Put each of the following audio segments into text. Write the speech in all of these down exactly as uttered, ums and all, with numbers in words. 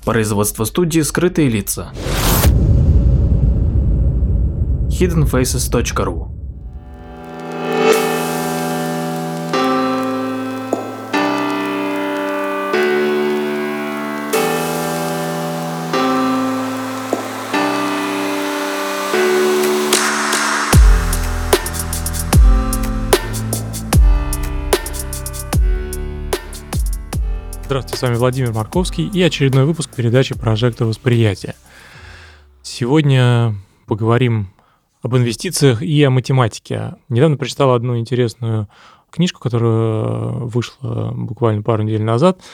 Производство студии «Скрытые лица». хидден фейсес точка ру. Здравствуйте, с вами Владимир Марковский и очередной выпуск передачи «Прожектор восприятия». Сегодня поговорим об инвестициях и о математике. Недавно прочитал одну интересную книжку, которая вышла буквально пару недель назад,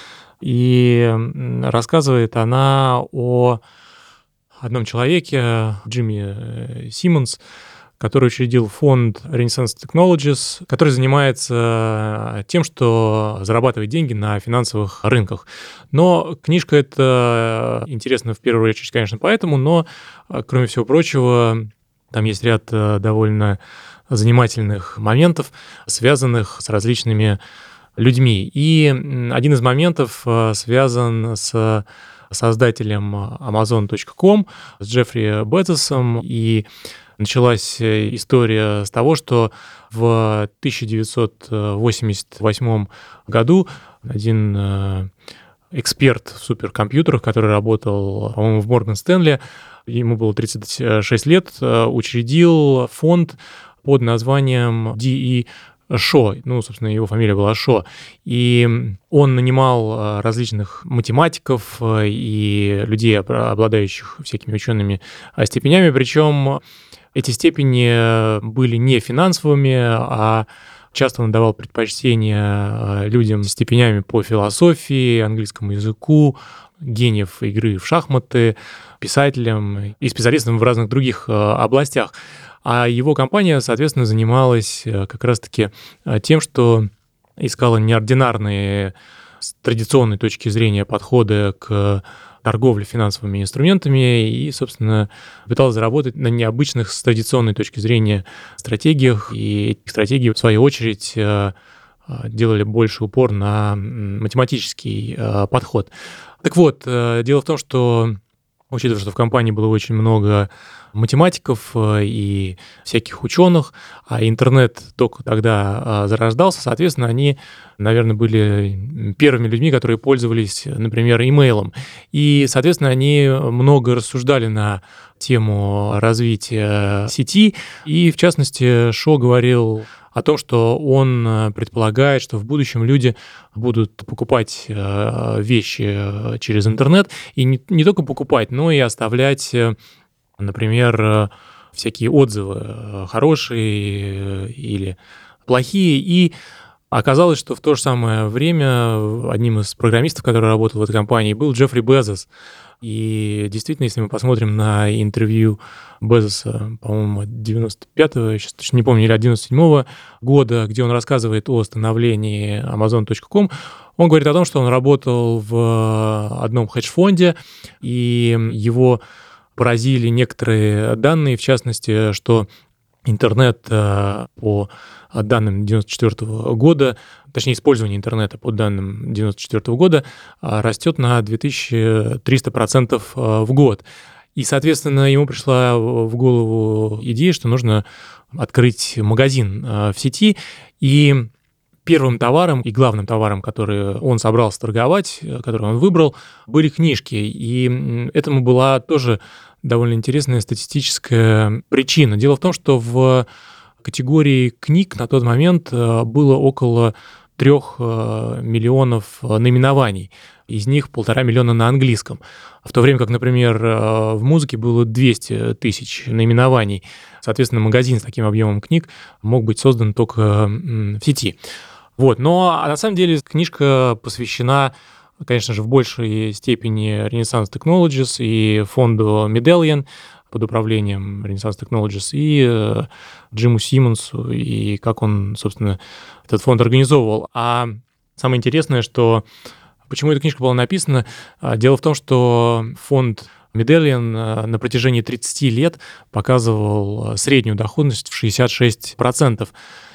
и рассказывает она о одном человеке, Джимми Симмонс, который учредил фонд Renaissance Technologies, который занимается тем, что зарабатывает деньги на финансовых рынках. Но книжка эта интересна в первую очередь, конечно, поэтому, но, кроме всего прочего, там есть ряд довольно занимательных моментов, связанных с различными людьми. И один из моментов связан с создателем амазон точка ком, с Джеффри Безосом, и началась история с того, что в тысяча девятьсот восемьдесят восьмом году один эксперт в суперкомпьютерах, который работал, по-моему, в Морган Стэнли, ему было тридцать шесть лет, учредил фонд под названием ди и Шо, ну, собственно, его фамилия была Шо, и он нанимал различных математиков и людей, обладающих всякими учеными степенями, причем эти степени были не финансовыми, а часто он давал предпочтение людям с степенями по философии, английскому языку, гениев игры в шахматы, писателям и специалистам в разных других областях. А его компания, соответственно, занималась как раз-таки тем, что искала неординарные с традиционной точки зрения подходы к торговле финансовыми инструментами и, собственно, пыталась заработать на необычных с традиционной точки зрения стратегиях. И эти стратегии, в свою очередь, делали больше упор на математический подход. Так вот, дело в том, что, учитывая, что в компании было очень много математиков и всяких ученых, а интернет только тогда зарождался, соответственно, они, наверное, были первыми людьми, которые пользовались, например, имейлом. И, соответственно, они много рассуждали на тему развития сети, и, в частности, Шо говорил о том, что он предполагает, что в будущем люди будут покупать вещи через интернет, и не, не только покупать, но и оставлять, например, всякие отзывы, хорошие или плохие. И оказалось, что в то же самое время одним из программистов, который работал в этой компании, был Джеффри Безос. И действительно, если мы посмотрим на интервью Безоса, по-моему, от девяносто пятого, я сейчас точно не помню, или от девяносто седьмого года, где он рассказывает о становлении амазон точка ком, он говорит о том, что он работал в одном хедж-фонде, и его поразили некоторые данные, в частности, что интернет по данным девяносто четвёртого года, точнее, использование интернета по данным девяносто четвёртого года растет на две тысячи триста процентов в год. И, соответственно, ему пришла в голову идея, что нужно открыть магазин в сети, и первым товаром и главным товаром, который он собрался торговать, который он выбрал, были книжки. И этому была тоже довольно интересная статистическая причина. Дело в том, что в категории книг на тот момент было около трех миллионов наименований. Из них полтора миллиона на английском. В то время как, например, в музыке было двести тысяч наименований. Соответственно, магазин с таким объемом книг мог быть создан только в сети. Вот. Но на самом деле книжка посвящена, конечно же, в большей степени Renaissance Technologies и фонду Medallion под управлением Renaissance Technologies и Джиму Симмонсу, и как он, собственно, этот фонд организовывал. А самое интересное, что почему эта книжка была написана, дело в том, что фонд Medallion на протяжении тридцати лет показывал среднюю доходность в шестьдесят шесть процентов.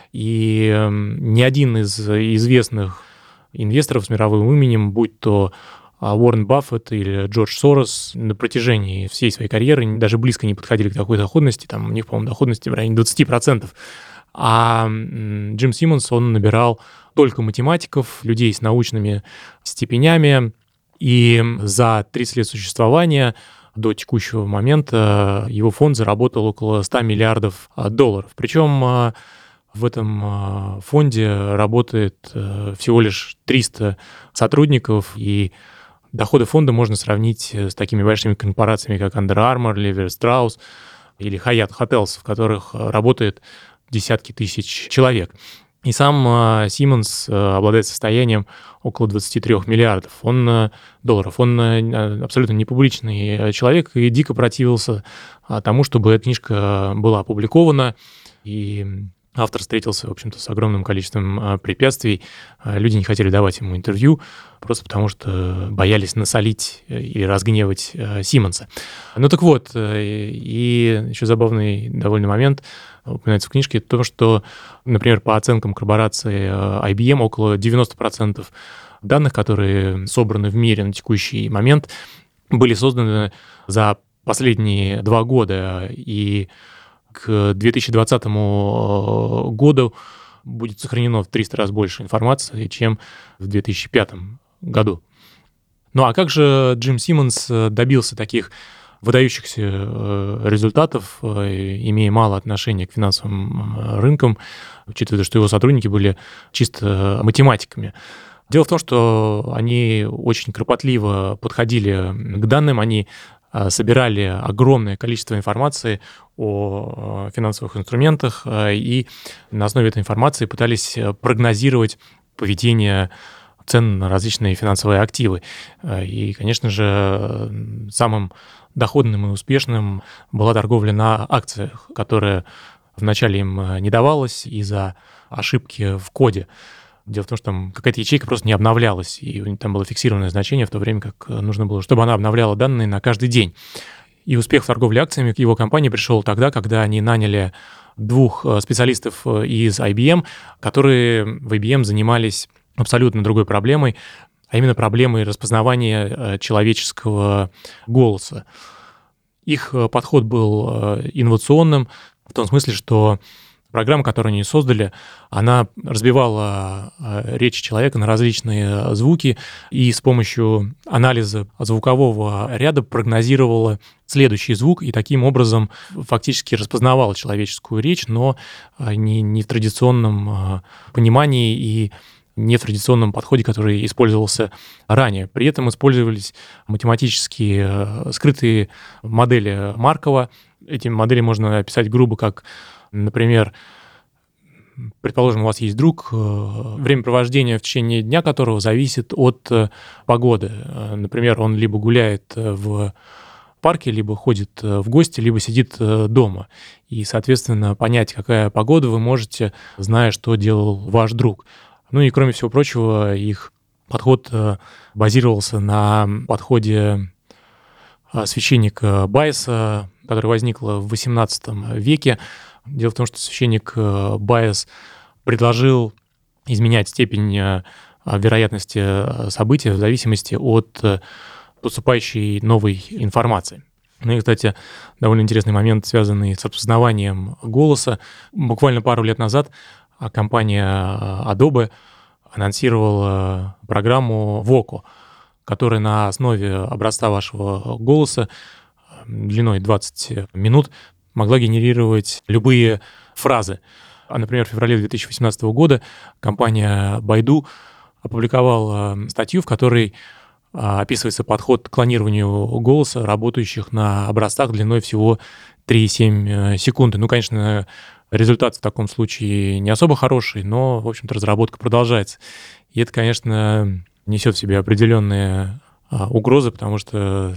И ни один из известных инвесторов с мировым именем, будь то а Уоррен Баффет или Джордж Сорос на протяжении всей своей карьеры даже близко не подходили к такой доходности. Там у них, по-моему, доходности в районе двадцать процентов. А Джим Симмонс, он набирал только математиков, людей с научными степенями. И за тридцать лет существования до текущего момента его фонд заработал около ста миллиардов долларов. Причем в этом фонде работает всего лишь триста сотрудников, и доходы фонда можно сравнить с такими большими корпорациями, как Under Armour, Levi Strauss или Hyatt Hotels, в которых работает десятки тысяч человек. И сам Симмонс обладает состоянием около двадцати трёх миллиардов он, долларов. Он абсолютно не публичный человек и дико противился тому, чтобы эта книжка была опубликована. И автор встретился, в общем-то, с огромным количеством препятствий. Люди не хотели давать ему интервью, просто потому что боялись насолить или разгневать Симмонса. Ну так вот, и еще забавный довольно момент упоминается в книжке, то, что, например, по оценкам корпорации ай би эм, около девяноста процентов данных, которые собраны в мире на текущий момент, были созданы за последние два года, и к две тысячи двадцатому году будет сохранено в триста раз больше информации, чем в две тысячи пятом году. Ну а как же Джим Симмонс добился таких выдающихся результатов, имея мало отношения к финансовым рынкам, учитывая, что его сотрудники были чисто математиками? Дело в том, что они очень кропотливо подходили к данным, они собирали огромное количество информации о финансовых инструментах и на основе этой информации пытались прогнозировать поведение цен на различные финансовые активы. И, конечно же, самым доходным и успешным была торговля на акциях, которая вначале им не давалась из-за ошибки в коде. Дело в том, что там какая-то ячейка просто не обновлялась, и там было фиксированное значение, в то время как нужно было, чтобы она обновляла данные на каждый день. И успех в торговле акциями к его компании пришел тогда, когда они наняли двух специалистов из ай би эм, которые в ай би эм занимались абсолютно другой проблемой, а именно проблемой распознавания человеческого голоса. Их подход был инновационным в том смысле, что программа, которую они создали, она разбивала речь человека на различные звуки и с помощью анализа звукового ряда прогнозировала следующий звук и таким образом фактически распознавала человеческую речь, но не, не в традиционном понимании и не в традиционном подходе, который использовался ранее. При этом использовались математические скрытые модели Маркова. Эти модели можно описать грубо как, например, предположим, у вас есть друг, времяпровождение в течение дня которого зависит от погоды. Например, он либо гуляет в парке, либо ходит в гости, либо сидит дома. И, соответственно, понять, какая погода, вы можете, зная, что делал ваш друг. Ну и, кроме всего прочего, их подход базировался на подходе священника Байеса, который возник в восемнадцатом веке. Дело в том, что священник Байес предложил изменять степень вероятности события в зависимости от поступающей новой информации. Ну и, кстати, довольно интересный момент, связанный с распознаванием голоса. Буквально пару лет назад компания Adobe анонсировала программу Voco, которая на основе образца вашего голоса длиной двадцать минут могла генерировать любые фразы. А, например, в феврале две тысячи восемнадцатого года компания Baidu опубликовала статью, в которой описывается подход к клонированию голоса, работающих на образцах длиной всего три целых семь десятых секунды. Ну, конечно, результат в таком случае не особо хороший, но, в общем-то, разработка продолжается. И это, конечно, несет в себе определенные угрозы, потому что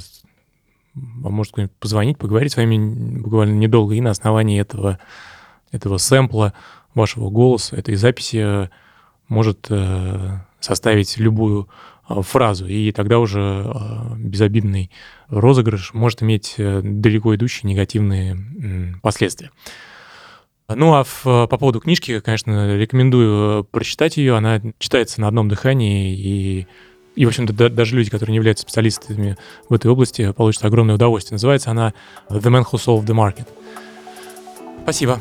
вам может кто-нибудь позвонить, поговорить с вами буквально недолго, и на основании этого, этого сэмпла вашего голоса, этой записи может составить любую фразу, и тогда уже безобидный розыгрыш может иметь далеко идущие негативные последствия. Ну, а в, по поводу книжки, конечно, рекомендую прочитать ее. Она читается на одном дыхании, и и, в общем-то, да, даже люди, которые не являются специалистами в этой области, получат огромное удовольствие. Называется она «The Man Who Solved the Market». Спасибо.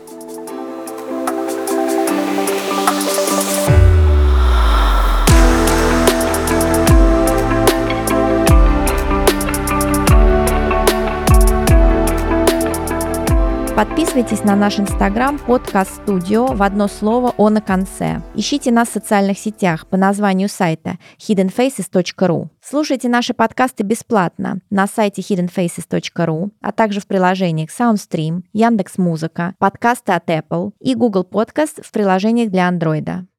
Подписывайтесь на наш инстаграм подкаст студио в одно слово «О» на конце. Ищите нас в социальных сетях по названию сайта хиден фейсес точка ру. Слушайте наши подкасты бесплатно на сайте хиден фейсес точка ру, а также в приложениях SoundStream, Яндекс.Музыка, подкасты от Apple и Google Podcast в приложениях для Android.